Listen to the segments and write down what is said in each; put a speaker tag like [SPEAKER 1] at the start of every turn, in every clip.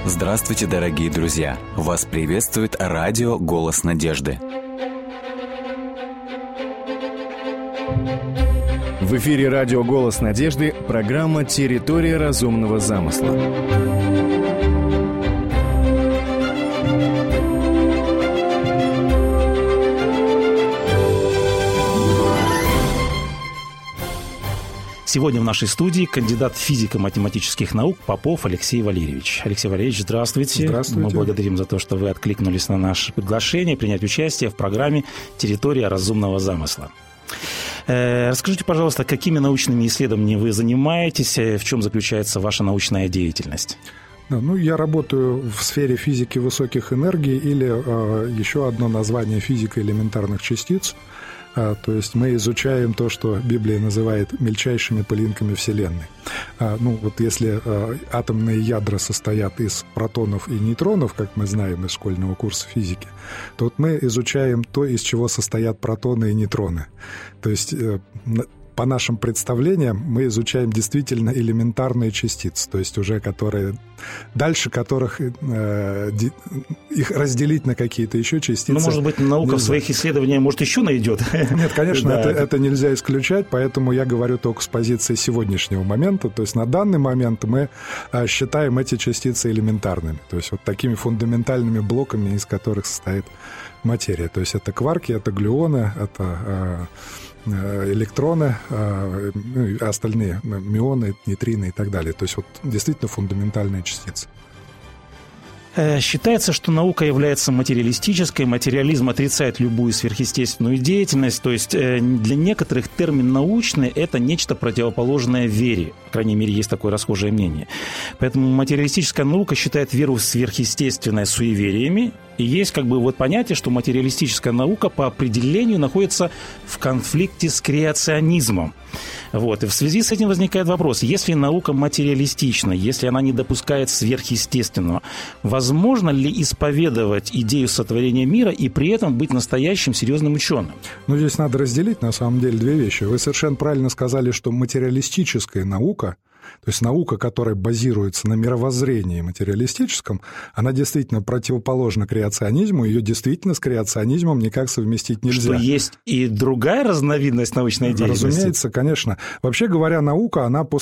[SPEAKER 1] Здравствуйте, дорогие друзья! Вас приветствует радио «Голос надежды».
[SPEAKER 2] В эфире радио «Голос надежды» программа «Территория разумного замысла».
[SPEAKER 3] Сегодня в нашей студии кандидат физико-математических наук Попов Алексей Валерьевич. Алексей Валерьевич, здравствуйте.
[SPEAKER 2] Здравствуйте.
[SPEAKER 3] Мы благодарим за то, что вы откликнулись на наше приглашение принять участие в программе «Территория разумного замысла». Расскажите, пожалуйста, какими научными исследованиями вы занимаетесь, в чем заключается ваша научная деятельность?
[SPEAKER 4] Я работаю в сфере физики высоких энергий, или еще одно название — физика элементарных частиц. То есть мы изучаем то, что Библия называет мельчайшими пылинками Вселенной. Если атомные ядра состоят из протонов и нейтронов, как мы знаем из школьного курса физики, то мы изучаем то, из чего состоят протоны и нейтроны. То есть по нашим представлениям мы изучаем действительно элементарные частицы, то есть уже которые, дальше которых их разделить на какие-то еще частицы.
[SPEAKER 3] Может быть, наука в своих исследованиях, может, еще найдет.
[SPEAKER 4] Нет, конечно, это нельзя исключать, поэтому я говорю только с позиции сегодняшнего момента. То есть на данный момент мы считаем эти частицы элементарными, то есть вот такими фундаментальными блоками, из которых состоит материя. То есть это кварки, это глюоны, это электроны, остальные мионы, нейтрины и так далее. То есть вот действительно фундаментальные частицы.
[SPEAKER 3] Считается, что наука является материалистической, материализм отрицает любую сверхъестественную деятельность, то есть для некоторых термин «научный» — это нечто противоположное вере, по крайней мере, есть такое расхожее мнение. Поэтому материалистическая наука считает веру в сверхъестественное суевериями, и есть понятие, что материалистическая наука по определению находится в конфликте с креационизмом. И в связи с этим возникает вопрос: если наука материалистична, если она не допускает сверхъестественного, возможно ли исповедовать идею сотворения мира и при этом быть настоящим серьезным ученым?
[SPEAKER 4] Здесь надо разделить, на самом деле, две вещи. Вы совершенно правильно сказали, что материалистическая наука, то есть наука, которая базируется на мировоззрении материалистическом, она действительно противоположна креационизму, ее действительно с креационизмом никак совместить нельзя.
[SPEAKER 3] Что есть и другая разновидность научной деятельности?
[SPEAKER 4] Разумеется, конечно. Вообще говоря, наука, она по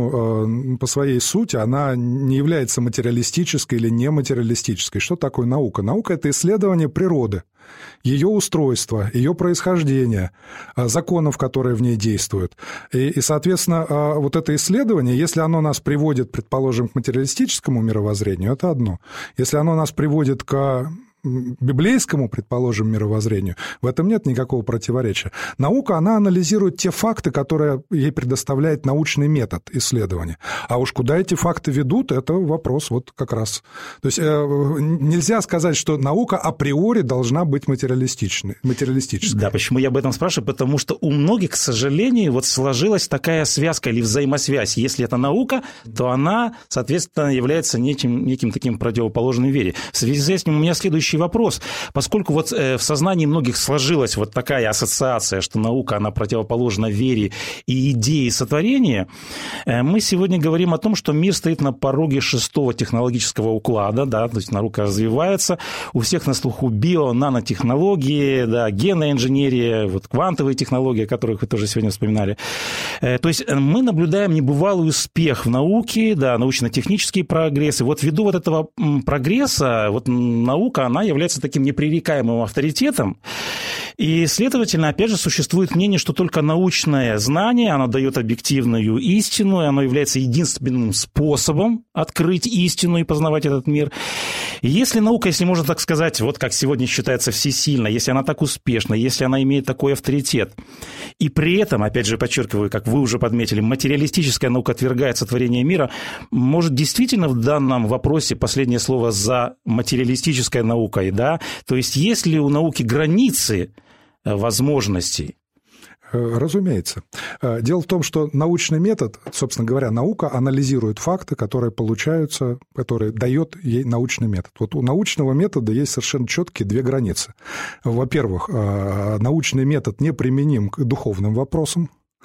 [SPEAKER 4] своей сути, она не является материалистической или нематериалистической. Что такое наука? Наука — это исследование природы, ее устройства, ее происхождения, законов, которые в ней действуют. И, соответственно, вот это исследование, если оно нас приводит, предположим, к материалистическому мировоззрению, это одно. Если оно нас приводит к библейскому, предположим, мировоззрению, в этом нет никакого противоречия. Наука, она анализирует те факты, которые ей предоставляет научный метод исследования. А уж куда эти факты ведут, это вопрос как раз. То есть нельзя сказать, что наука априори должна быть материалистической.
[SPEAKER 3] Да, почему я об этом спрашиваю? Потому что у многих, к сожалению, сложилась такая связка или взаимосвязь. Если это наука, то она, соответственно, является неким таким противоположным вере. В связи с этим у меня следующий вопрос. Поскольку в сознании многих сложилась такая ассоциация, что наука, она противоположна вере и идее сотворения, мы сегодня говорим о том, что мир стоит на пороге 6-го технологического уклада, то есть наука развивается, у всех на слуху нанотехнологии, генная инженерия, квантовые технологии, о которых вы тоже сегодня вспоминали. То есть мы наблюдаем небывалый успех в науке, научно-технический прогресс, и ввиду этого прогресса наука, она является таким непререкаемым авторитетом. И, следовательно, опять же, существует мнение, что только научное знание, оно дает объективную истину, и оно является единственным способом открыть истину и познавать этот мир. И если наука, если можно так сказать, как сегодня считается всесильна, если она так успешна, если она имеет такой авторитет, и при этом, опять же, подчеркиваю, как вы уже подметили, материалистическая наука отвергает сотворение мира, может, действительно в данном вопросе последнее слово за материалистической наукой, То есть есть ли у науки границы возможностей?
[SPEAKER 4] Разумеется. Дело в том, что научный метод, собственно говоря, наука анализирует факты, которые получаются, которые дает ей научный метод. У научного метода есть совершенно четкие две границы. Во-первых, научный метод неприменим к духовным вопросам.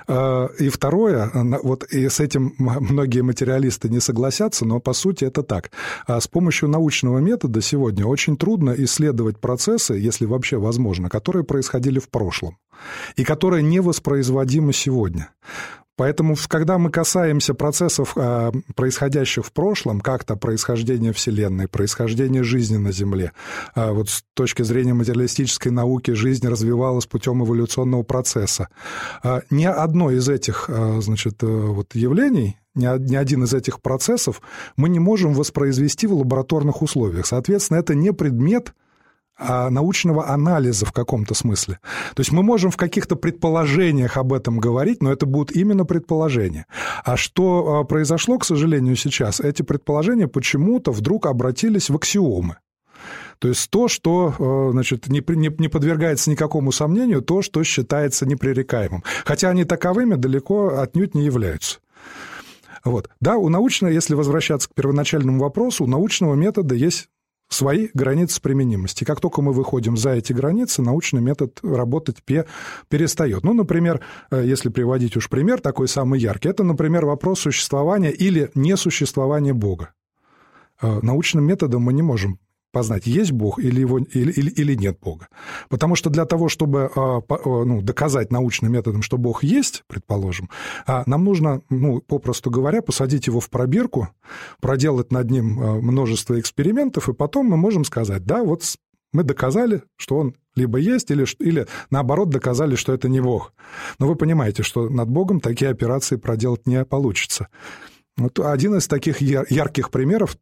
[SPEAKER 4] И второе, вот и с этим многие материалисты не согласятся, но по сути это так. С помощью научного метода сегодня очень трудно исследовать процессы, если вообще возможно, которые происходили в прошлом и которые невоспроизводимы сегодня. Поэтому, когда мы касаемся процессов, происходящих в прошлом, как-то происхождения Вселенной, происхождения жизни на Земле, вот с точки зрения материалистической науки жизнь развивалась путем эволюционного процесса, ни одно из этих, вот явлений, ни один из этих процессов мы не можем воспроизвести в лабораторных условиях. Соответственно, это не предмет научного анализа в каком-то смысле. То есть мы можем в каких-то предположениях об этом говорить, но это будут именно предположения. А что произошло, к сожалению, сейчас? Эти предположения почему-то вдруг обратились в аксиомы. То есть то, что не подвергается никакому сомнению, то, что считается непререкаемым. Хотя они таковыми далеко отнюдь не являются. Вот. Да, если возвращаться к первоначальному вопросу, у научного метода есть свои границы применимости. Как только мы выходим за эти границы, научный метод работать перестает. Например, если приводить уж пример такой самый яркий, это, например, вопрос существования или несуществования Бога. Научным методом мы не можем познать, есть Бог или нет Бога. Потому что для того, чтобы доказать научным методом, что Бог есть, предположим, нам нужно, попросту говоря, посадить его в пробирку, проделать над ним множество экспериментов, и потом мы можем сказать, да, вот мы доказали, что он либо есть, или наоборот доказали, что это не Бог. Но вы понимаете, что над Богом такие операции проделать не получится. Вот один из таких ярких примеров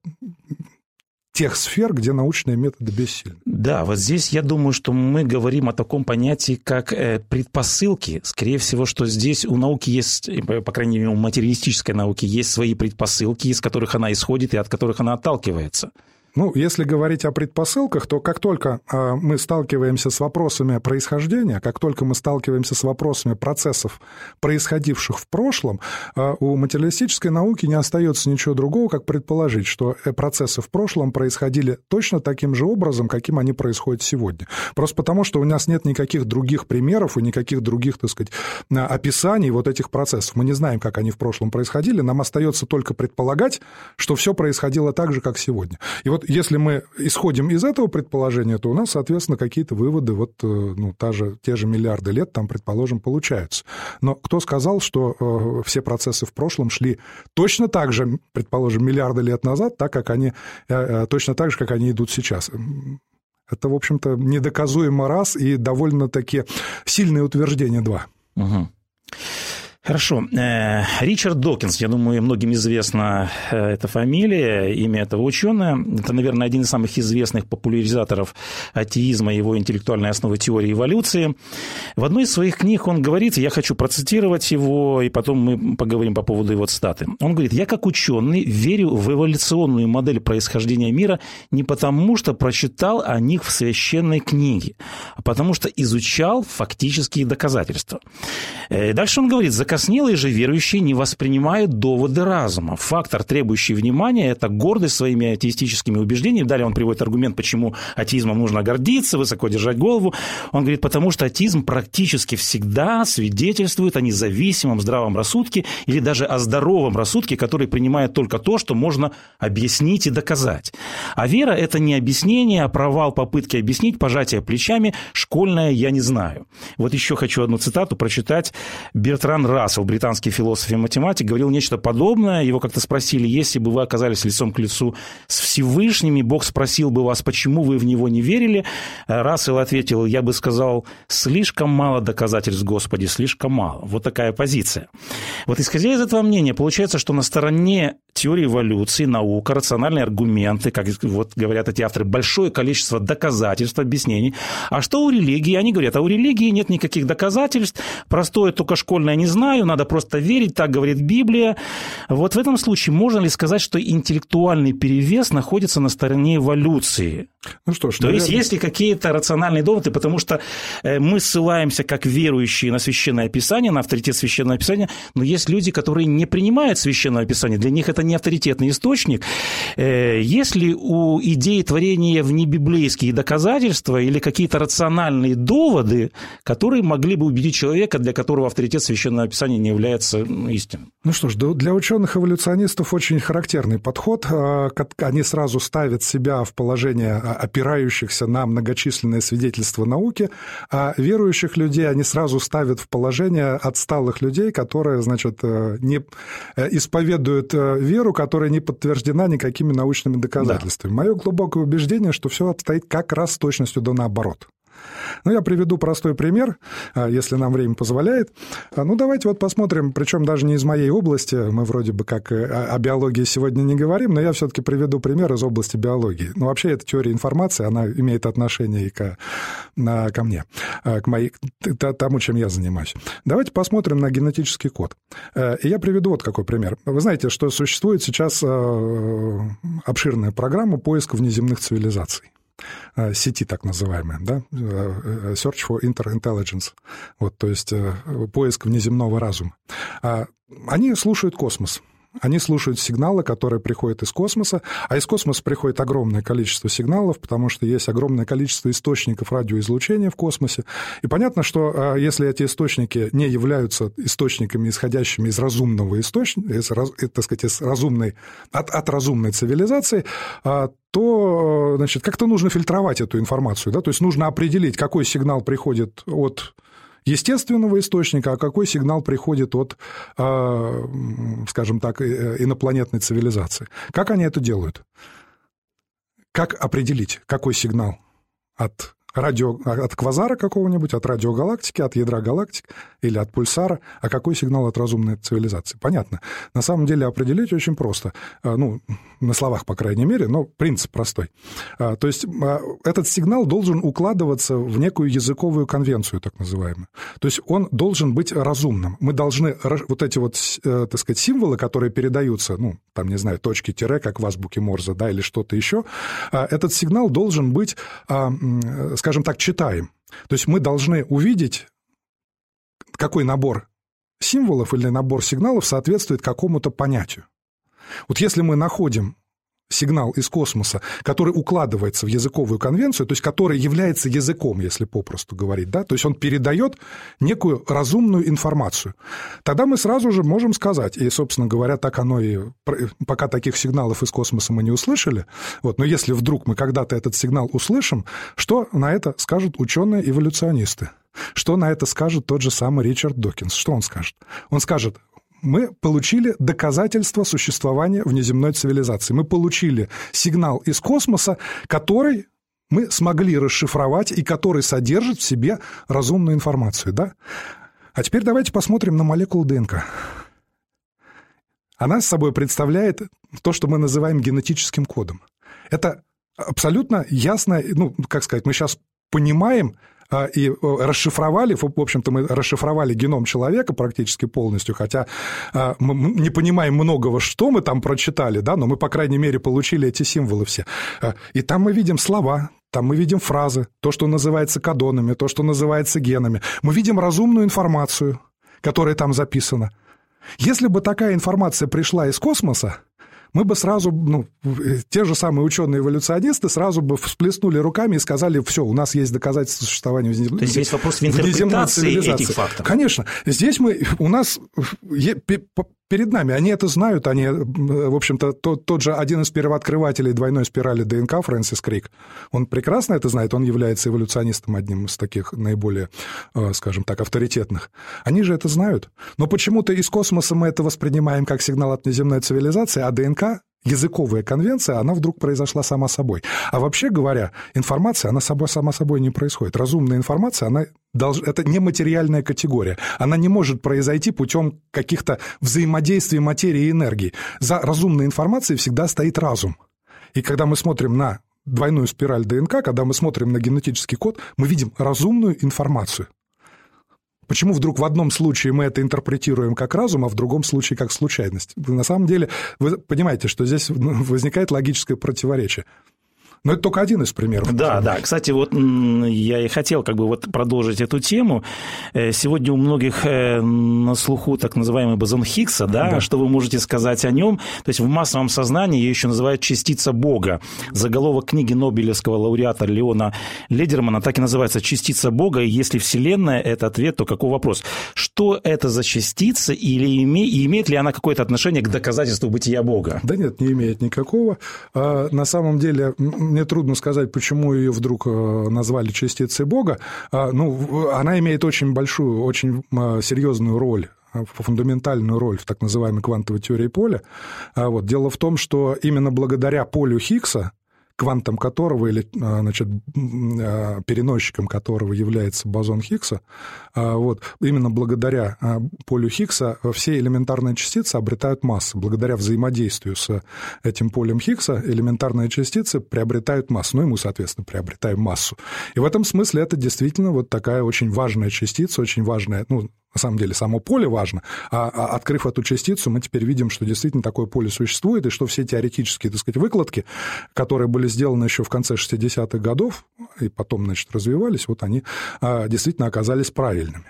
[SPEAKER 4] тех сфер, где научные методы бессильны.
[SPEAKER 3] Да, вот здесь я думаю, что мы говорим о таком понятии, как предпосылки. Скорее всего, что здесь у науки есть, по крайней мере, у материалистической науки есть свои предпосылки, из которых она исходит и от которых она отталкивается.
[SPEAKER 4] Если говорить о предпосылках, то как только мы сталкиваемся с вопросами происхождения, как только мы сталкиваемся с вопросами процессов, происходивших в прошлом, у материалистической науки не остается ничего другого, как предположить, что процессы в прошлом происходили точно таким же образом, каким они происходят сегодня. Просто потому, что у нас нет никаких других примеров и никаких других, описаний вот этих процессов. Мы не знаем, как они в прошлом происходили, нам остается только предполагать, что все происходило так же, как сегодня. И вот если мы исходим из этого предположения, то у нас, соответственно, какие-то выводы, те же миллиарды лет там, предположим, получаются. Но кто сказал, что все процессы в прошлом шли точно так же, предположим, миллиарды лет назад, точно так же, как они идут сейчас? Это, в общем-то, недоказуемо раз и довольно-таки сильное утверждение два.
[SPEAKER 3] Угу. Хорошо. Ричард Докинс, я думаю, многим известна эта фамилия, имя этого ученого. Это, наверное, один из самых известных популяризаторов атеизма и его интеллектуальной основы теории эволюции. В одной из своих книг он говорит, я хочу процитировать его, и потом мы поговорим по поводу его цитаты. Он говорит, я как ученый верю в эволюционную модель происхождения мира не потому, что прочитал о них в священной книге, а потому что изучал фактические доказательства. Дальше он говорит, закоснелые же верующие не воспринимают доводы разума. Фактор, требующий внимания, это гордость своими атеистическими убеждениями. Далее он приводит аргумент, почему атеизмом нужно гордиться, высоко держать голову. Он говорит, потому что атеизм практически всегда свидетельствует о независимом здравом рассудке или даже о здоровом рассудке, который принимает только то, что можно объяснить и доказать. А вера – это не объяснение, а провал попытки объяснить, пожатие плечами, школьное «я не знаю». Вот еще хочу одну цитату прочитать. Бертран Рассел, британский философ и математик, говорил нечто подобное. Его как-то спросили, если бы вы оказались лицом к лицу с Всевышним, и Бог спросил бы вас, почему вы в него не верили, Рассел ответил, я бы сказал, слишком мало доказательств, Господи, слишком мало. Вот такая позиция. Вот исходя из этого мнения, получается, что на стороне теории эволюции, наука, рациональные аргументы, как вот говорят эти авторы, большое количество доказательств, объяснений. А что у религии? Они говорят, а у религии нет никаких доказательств, простое только школьное не знаю, надо просто верить, так говорит Библия. Вот в этом случае можно ли сказать, что интеллектуальный перевес находится на стороне эволюции?
[SPEAKER 4] Ну что ж,
[SPEAKER 3] то есть, есть ли какие-то рациональные доводы, потому что мы ссылаемся как верующие на Священное Писание, на авторитет Священного Писания, но есть люди, которые не принимают Священное Писание, для них это не авторитетный источник. Есть ли у идеи творения внебиблейские доказательства или какие-то рациональные доводы, которые могли бы убедить человека, для которого авторитет Священного Писания описание не является истинным.
[SPEAKER 4] Ну что ж, для ученых-эволюционистов очень характерный подход. Они сразу ставят себя в положение опирающихся на многочисленные свидетельства науки, а верующих людей они сразу ставят в положение отсталых людей, которые, значит, не исповедуют веру, которая не подтверждена никакими научными доказательствами. Да. Мое глубокое убеждение, что все обстоит как раз с точностью да наоборот. Ну, я приведу простой пример, если нам время позволяет. Ну, давайте вот посмотрим, причем даже не из моей области, мы вроде бы как о биологии сегодня не говорим, но я все-таки приведу пример из области биологии. Ну, вообще, эта теория информации, она имеет отношение и ко мне, к тому, чем я занимаюсь. Давайте посмотрим на генетический код. И я приведу вот какой пример. Вы знаете, что существует сейчас обширная программа поиска внеземных цивилизаций. Сети так называемые, да? Search for Inter-Intelligence, вот, то есть поиск внеземного разума. Они слушают космос. Они слушают сигналы, которые приходят из космоса, а из космоса приходит огромное количество сигналов, потому что есть огромное количество источников радиоизлучения в космосе. И понятно, что если эти источники не являются источниками, исходящими из разумного источника, так сказать, от разумной цивилизации, то, значит, как-то нужно фильтровать эту информацию, да? То есть нужно определить, какой сигнал приходит от естественного источника, а какой сигнал приходит от, скажем так, инопланетной цивилизации. Как они это делают? Как определить, какой сигнал от квазара какого-нибудь, от радиогалактики, от ядра галактик или от пульсара, а какой сигнал от разумной цивилизации? Понятно. На самом деле определить очень просто. Ну, на словах, по крайней мере, но принцип простой. То есть этот сигнал должен укладываться в некую языковую конвенцию, так называемую. То есть он должен быть разумным. Мы должны вот эти вот, так сказать, символы, которые передаются, ну, там, не знаю, точки, тире, как в азбуке Морзе, да, или что-то еще, этот сигнал должен быть, скажем так, читаем. То есть мы должны увидеть, какой набор символов или набор сигналов соответствует какому-то понятию. Вот если мы находим сигнал из космоса, который укладывается в языковую конвенцию, то есть который является языком, если попросту говорить, да, то есть он передает некую разумную информацию, тогда мы сразу же можем сказать, и, собственно говоря, так оно и... Пока таких сигналов из космоса мы не услышали, вот, но если вдруг мы когда-то этот сигнал услышим, что на это скажут ученые-эволюционисты? Что на это скажет тот же самый Ричард Докинс? Что он скажет? Он скажет: мы получили доказательство существования внеземной цивилизации. Мы получили сигнал из космоса, который мы смогли расшифровать и который содержит в себе разумную информацию. Да? А теперь давайте посмотрим на молекулу ДНК. Она собой представляет то, что мы называем генетическим кодом. Это абсолютно ясно, ну, как сказать, мы сейчас понимаем и расшифровали, в общем-то, мы расшифровали геном человека практически полностью, хотя мы не понимаем многого, что мы там прочитали, да, но мы, по крайней мере, получили эти символы все. И там мы видим слова, там мы видим фразы, то, что называется кодонами, то, что называется генами. Мы видим разумную информацию, которая там записана. Если бы такая информация пришла из космоса, мы бы сразу, ну, те же самые ученые-эволюционисты сразу бы всплеснули руками и сказали: все, у нас есть доказательства существования внеземной цивилизации. То есть здесь вопрос в интерпретации этих фактов. Конечно. Здесь у нас перед нами, они это знают, они, в общем-то, тот же один из первооткрывателей двойной спирали ДНК, Фрэнсис Крик, он прекрасно это знает, он является эволюционистом, одним из таких наиболее, скажем так, авторитетных. Они же это знают. Но почему-то из космоса мы это воспринимаем как сигнал от внеземной цивилизации, а ДНК, языковая конвенция, она вдруг произошла сама собой. А вообще говоря, информация, она сама собой не происходит. Разумная информация, это нематериальная категория. Она не может произойти путем каких-то взаимодействий материи и энергии. За разумной информацией всегда стоит разум. И когда мы смотрим на двойную спираль ДНК, когда мы смотрим на генетический код, мы видим разумную информацию. Почему вдруг в одном случае мы это интерпретируем как разум, а в другом случае как случайность? На самом деле, вы понимаете, что здесь возникает логическое противоречие. Но это только один из примеров.
[SPEAKER 3] Да. Кстати, вот я и хотел продолжить эту тему. Сегодня у многих на слуху так называемый бозон Хиггса, да? Что вы можете сказать о нем? То есть в массовом сознании ее еще называют частица Бога. Заголовок книги нобелевского лауреата Леона Ледермана так и называется «Частица Бога». И если Вселенная – это ответ, то какой вопрос? Что это за частица или имеет ли она какое-то отношение к доказательству бытия Бога?
[SPEAKER 4] Да нет, не имеет никакого. На самом деле, мне трудно сказать, почему ее вдруг назвали частицей Бога. Она имеет очень большую, очень серьезную роль, фундаментальную роль в так называемой квантовой теории поля. Дело в том, что именно благодаря полю Хиггса, квантом которого, или, переносчиком которого является бозон Хиггса, именно благодаря полю Хиггса все элементарные частицы обретают массы. Благодаря взаимодействию с этим полем Хиггса элементарные частицы приобретают массу, и мы, соответственно, приобретаем массу. И в этом смысле это действительно такая очень важная частица, очень важная, на самом деле, само поле важно, а открыв эту частицу, мы теперь видим, что действительно такое поле существует, и что все теоретические, выкладки, которые были сделаны еще в конце 60-х годов, и потом, развивались, они действительно оказались правильными.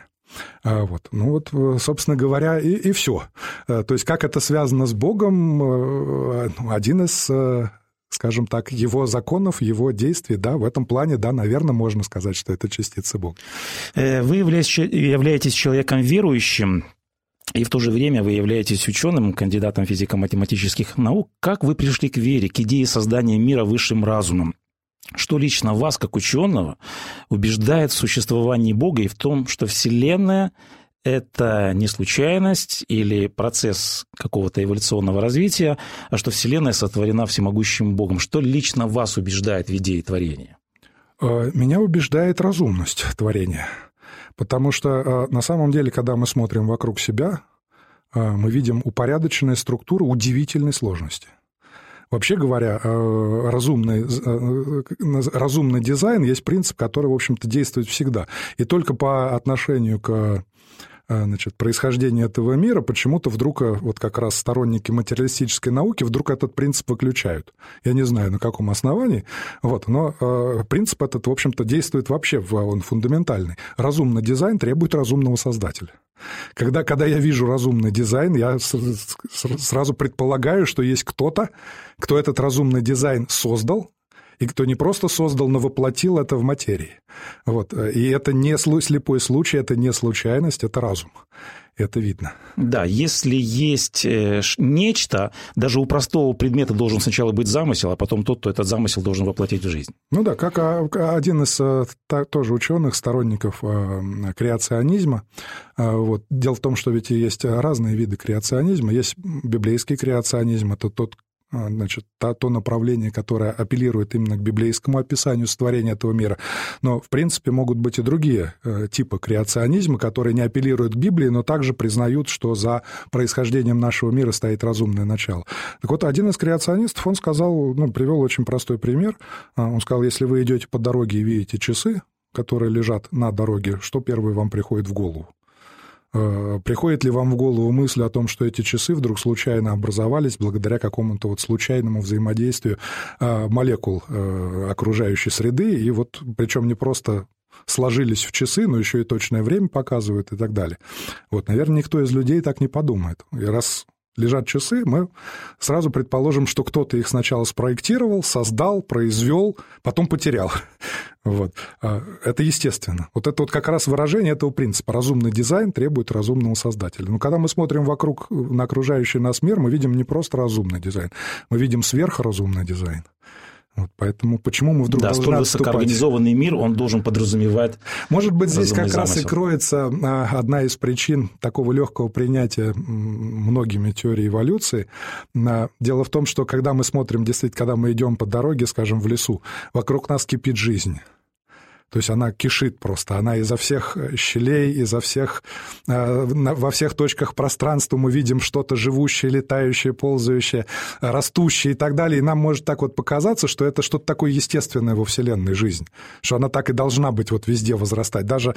[SPEAKER 4] Собственно говоря, и все. То есть, как это связано с Богом, один из, скажем так, его законов, его действий, в этом плане, наверное, можно сказать, что это частица Бога.
[SPEAKER 3] Вы являетесь человеком верующим, и в то же время вы являетесь ученым, кандидатом физико-математических наук. Как вы пришли к вере, к идее создания мира высшим разумом? Что лично вас, как ученого, убеждает в существовании Бога и в том, что Вселенная – это не случайность или процесс какого-то эволюционного развития, а что Вселенная сотворена всемогущим Богом? Что лично вас убеждает в идее творения?
[SPEAKER 4] Меня убеждает разумность творения. Потому что на самом деле, когда мы смотрим вокруг себя, мы видим упорядоченные структуры удивительной сложности. Вообще говоря, разумный дизайн есть принцип, который, в общем-то, действует всегда. И только по отношению к происхождению этого мира почему-то вдруг как раз сторонники материалистической науки вдруг этот принцип выключают. Я не знаю, на каком основании, но принцип этот, в общем-то, действует вообще, он фундаментальный. Разумный дизайн требует разумного создателя. Когда я вижу разумный дизайн, я сразу предполагаю, что есть кто-то, кто этот разумный дизайн создал, и кто не просто создал, но воплотил это в материи. И это не слепой случай, это не случайность, это разум. Это видно. Да, если есть нечто, даже у простого предмета должен сначала быть замысел, а потом тот, кто этот замысел должен воплотить в жизнь. Как один из тоже ученых, сторонников креационизма. Дело в том, что ведь есть разные виды креационизма. Есть библейский креационизм, это то направление, которое апеллирует именно к библейскому описанию сотворения этого мира. Но, в принципе, могут быть и другие типы креационизма, которые не апеллируют к Библии, но также признают, что за происхождением нашего мира стоит разумное начало. Так один из креационистов, он сказал, привел очень простой пример. Он сказал, если вы идете по дороге и видите часы, которые лежат на дороге, что первое вам приходит в голову? Приходит ли вам в голову мысль о том, что эти часы вдруг случайно образовались благодаря какому-то случайному взаимодействию молекул окружающей среды, и причем не просто сложились в часы, но еще и точное время показывают и так далее. Наверное, никто из людей так не подумает. И раз лежат часы, мы сразу предположим, что кто-то их сначала спроектировал, создал, произвел, потом потерял. Это естественно. Это как раз выражение этого принципа. Разумный дизайн требует разумного создателя. Но когда мы смотрим вокруг на окружающий нас мир, мы видим не просто разумный дизайн, мы видим сверхразумный дизайн. Поэтому почему мы вдруг должны отступать? Столь высокоорганизованный мир, он должен подразумевать. Может быть, здесь как раз и кроется одна из причин такого легкого принятия многими теорий эволюции. Дело в том, что когда мы смотрим, действительно, когда мы идем по дороге, скажем, в лесу, вокруг нас кипит жизнь. То есть она кишит просто, она изо всех щелей, во всех точках пространства мы видим что-то живущее, летающее, ползающее, растущее и так далее. И нам может так вот показаться, что это что-то такое естественное во Вселенной жизнь, что она так и должна быть вот везде возрастать. Даже,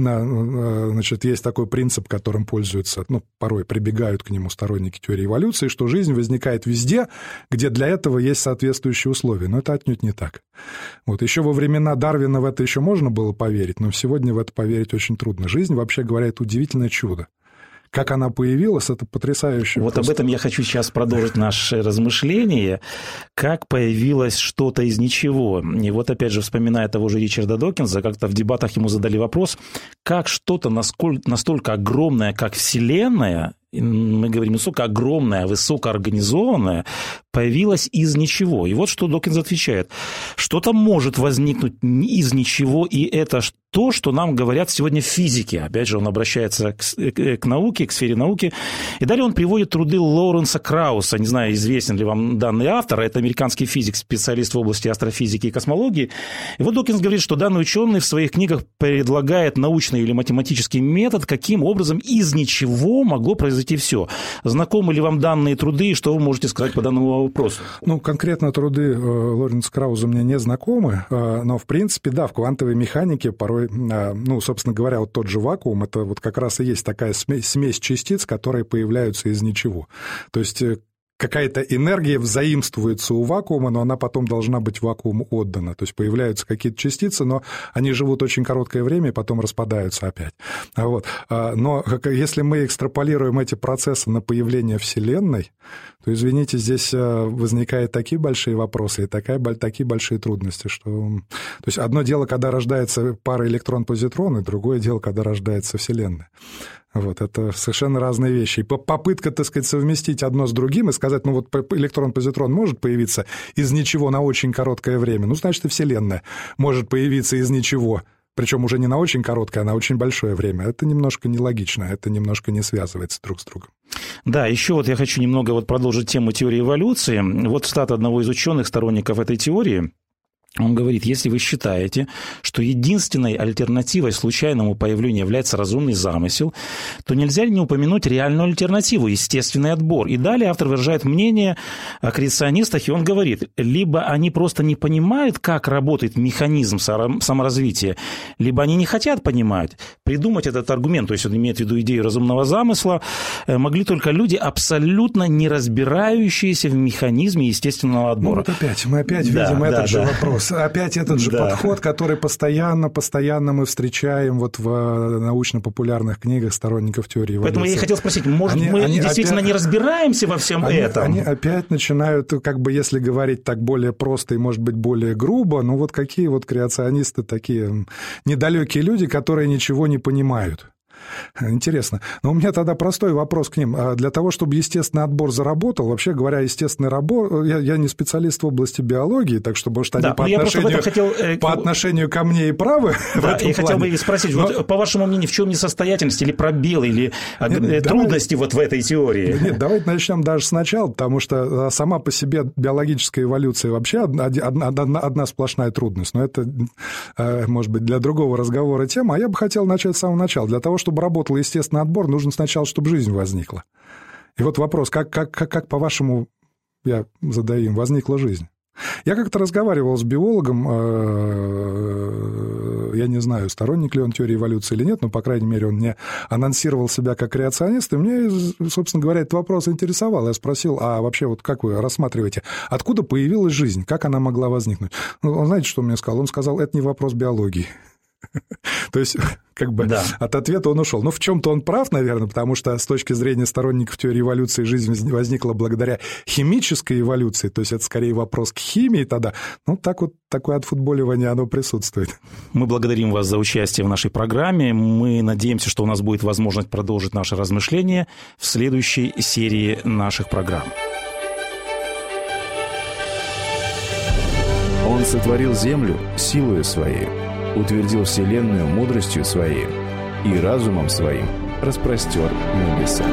[SPEAKER 4] значит, есть такой принцип, которым пользуются, порой прибегают к нему сторонники теории эволюции, что жизнь возникает везде, где для этого есть соответствующие условия. Но это отнюдь не так. Вот. Еще во времена Дарвина в это еще можно было поверить, но сегодня в это поверить очень трудно. Жизнь, вообще говоря, это удивительное чудо. Как она появилась, это потрясающе.
[SPEAKER 3] Вот об этом я хочу сейчас продолжить наше размышление. Как появилось что-то из ничего. И вот опять же, вспоминая того же Ричарда Докинза, как-то в дебатах ему задали вопрос, как что-то настолько огромное, как Вселенная, мы говорим, настолько огромное, высокоорганизованное, появилось из ничего. И вот что Докинз отвечает. Что-то может возникнуть из ничего, и это то, что нам говорят сегодня в физике. Опять же, он обращается к науке, к сфере науки. И далее он приводит труды Лоуренса Крауса. Не знаю, известен ли вам данный автор. Это американский физик, специалист в области астрофизики и космологии. И вот Докинз говорит, что данный ученый в своих книгах предлагает научный или математический метод, каким образом из ничего могло произойти все. Знакомы ли вам данные труды, и что вы можете сказать по данному вопросу?
[SPEAKER 4] Конкретно труды Лоренса Крауза мне не знакомы, но, в принципе, да, в квантовой механике порой, собственно говоря, вот тот же вакуум, это вот как раз и есть такая смесь частиц, которые появляются из ничего. То есть какая-то энергия взаимствуется у вакуума, но она потом должна быть вакууму отдана. То есть появляются какие-то частицы, но они живут очень короткое время и потом распадаются опять. Вот. Но если мы экстраполируем эти процессы на появление Вселенной, то, извините, здесь возникают такие большие вопросы и такие большие трудности, что... То есть одно дело, когда рождается пара электрон-позитрон, и другое дело, когда рождается Вселенная. Вот, это совершенно разные вещи. И попытка, так сказать, совместить одно с другим и сказать, электрон-позитрон может появиться из ничего на очень короткое время, значит, и Вселенная может появиться из ничего, причем уже не на очень короткое, а на очень большое время. Это немножко нелогично, это немножко не связывается друг с другом.
[SPEAKER 3] Да, еще вот я хочу немного продолжить тему теории эволюции. Вот цитата одного из ученых, сторонников этой теории. Он говорит, если вы считаете, что единственной альтернативой случайному появлению является разумный замысел, то нельзя ли не упомянуть реальную альтернативу, естественный отбор. И далее автор выражает мнение о креационистах, и он говорит, либо они просто не понимают, как работает механизм саморазвития, либо они не хотят понимать. Придумать этот аргумент, то есть он имеет в виду идею разумного замысла, могли только люди, абсолютно не разбирающиеся в механизме естественного отбора.
[SPEAKER 4] Мы опять видим этот же вопрос. Опять этот же подход, который постоянно мы встречаем вот в научно-популярных книгах сторонников теории эволюции.
[SPEAKER 3] Поэтому я и хотел спросить, может, мы действительно не разбираемся во всем этом?
[SPEAKER 4] Они опять начинают, если говорить так более просто и, может быть, более грубо, какие креационисты такие недалекие люди, которые ничего не понимают. Интересно. Но у меня тогда простой вопрос к ним. Для того, чтобы естественный отбор заработал, вообще говоря, естественный отбор... Я не специалист в области биологии, так что, может, они по отношению ко мне и правы в этом плане.
[SPEAKER 3] Я хотел бы спросить, по вашему мнению, в чем несостоятельность или пробел, или трудности в этой теории?
[SPEAKER 4] Нет, давайте начнем даже сначала, потому что сама по себе биологическая эволюция вообще одна сплошная трудность. Но это, может быть, для другого разговора тема. А я бы хотел начать с самого начала. Для того, чтобы работал естественный отбор, нужно сначала, чтобы жизнь возникла. И вот вопрос, как по-вашему, я задаю им, возникла жизнь? Я как-то разговаривал с биологом, я не знаю, сторонник ли он теории эволюции или нет, но, по крайней мере, он мне анонсировал себя как креационист, и мне, собственно говоря, этот вопрос интересовал. Я спросил, а вообще, как вы рассматриваете, откуда появилась жизнь, как она могла возникнуть? Он, знаете, что он мне сказал? Он сказал, это не вопрос биологии. То есть, от ответа он ушел. В чем-то он прав, наверное, потому что с точки зрения сторонников теории эволюции жизнь возникла благодаря химической эволюции, то есть это скорее вопрос к химии тогда. Такое отфутболивание, оно присутствует.
[SPEAKER 3] Мы благодарим вас за участие в нашей программе. Мы надеемся, что у нас будет возможность продолжить наше размышление в следующей серии наших программ.
[SPEAKER 2] Он сотворил землю силою своей, утвердил вселенную мудростью своей и разумом своим распростер небеса.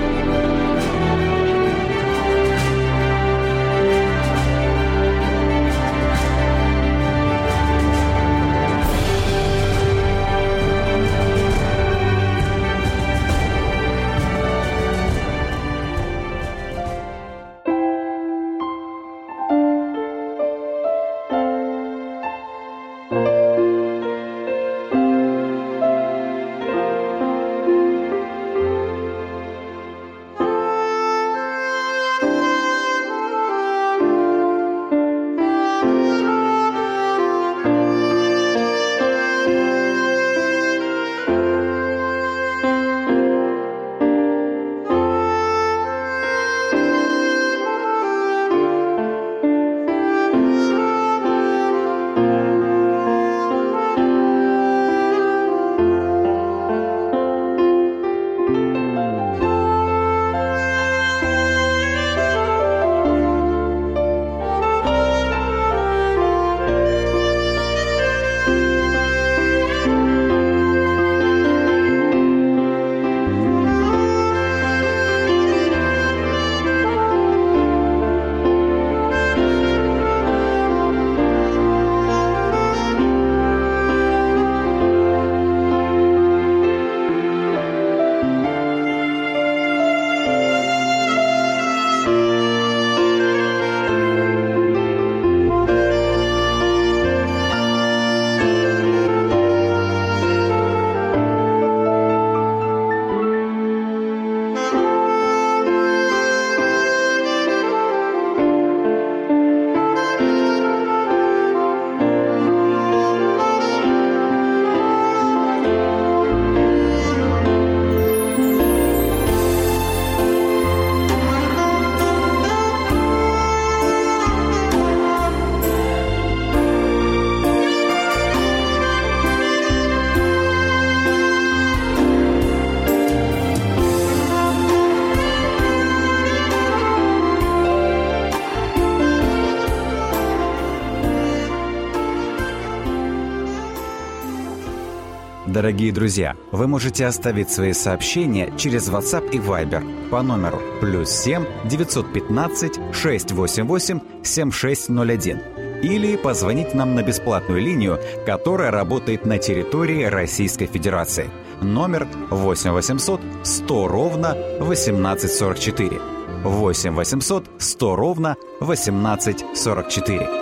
[SPEAKER 1] Дорогие друзья, вы можете оставить свои сообщения через WhatsApp и Viber по номеру +7 915 688 7601 или позвонить нам на бесплатную линию, которая работает на территории Российской Федерации. Номер 8 800 100 ровно 1844. 8 800 100 ровно 1844.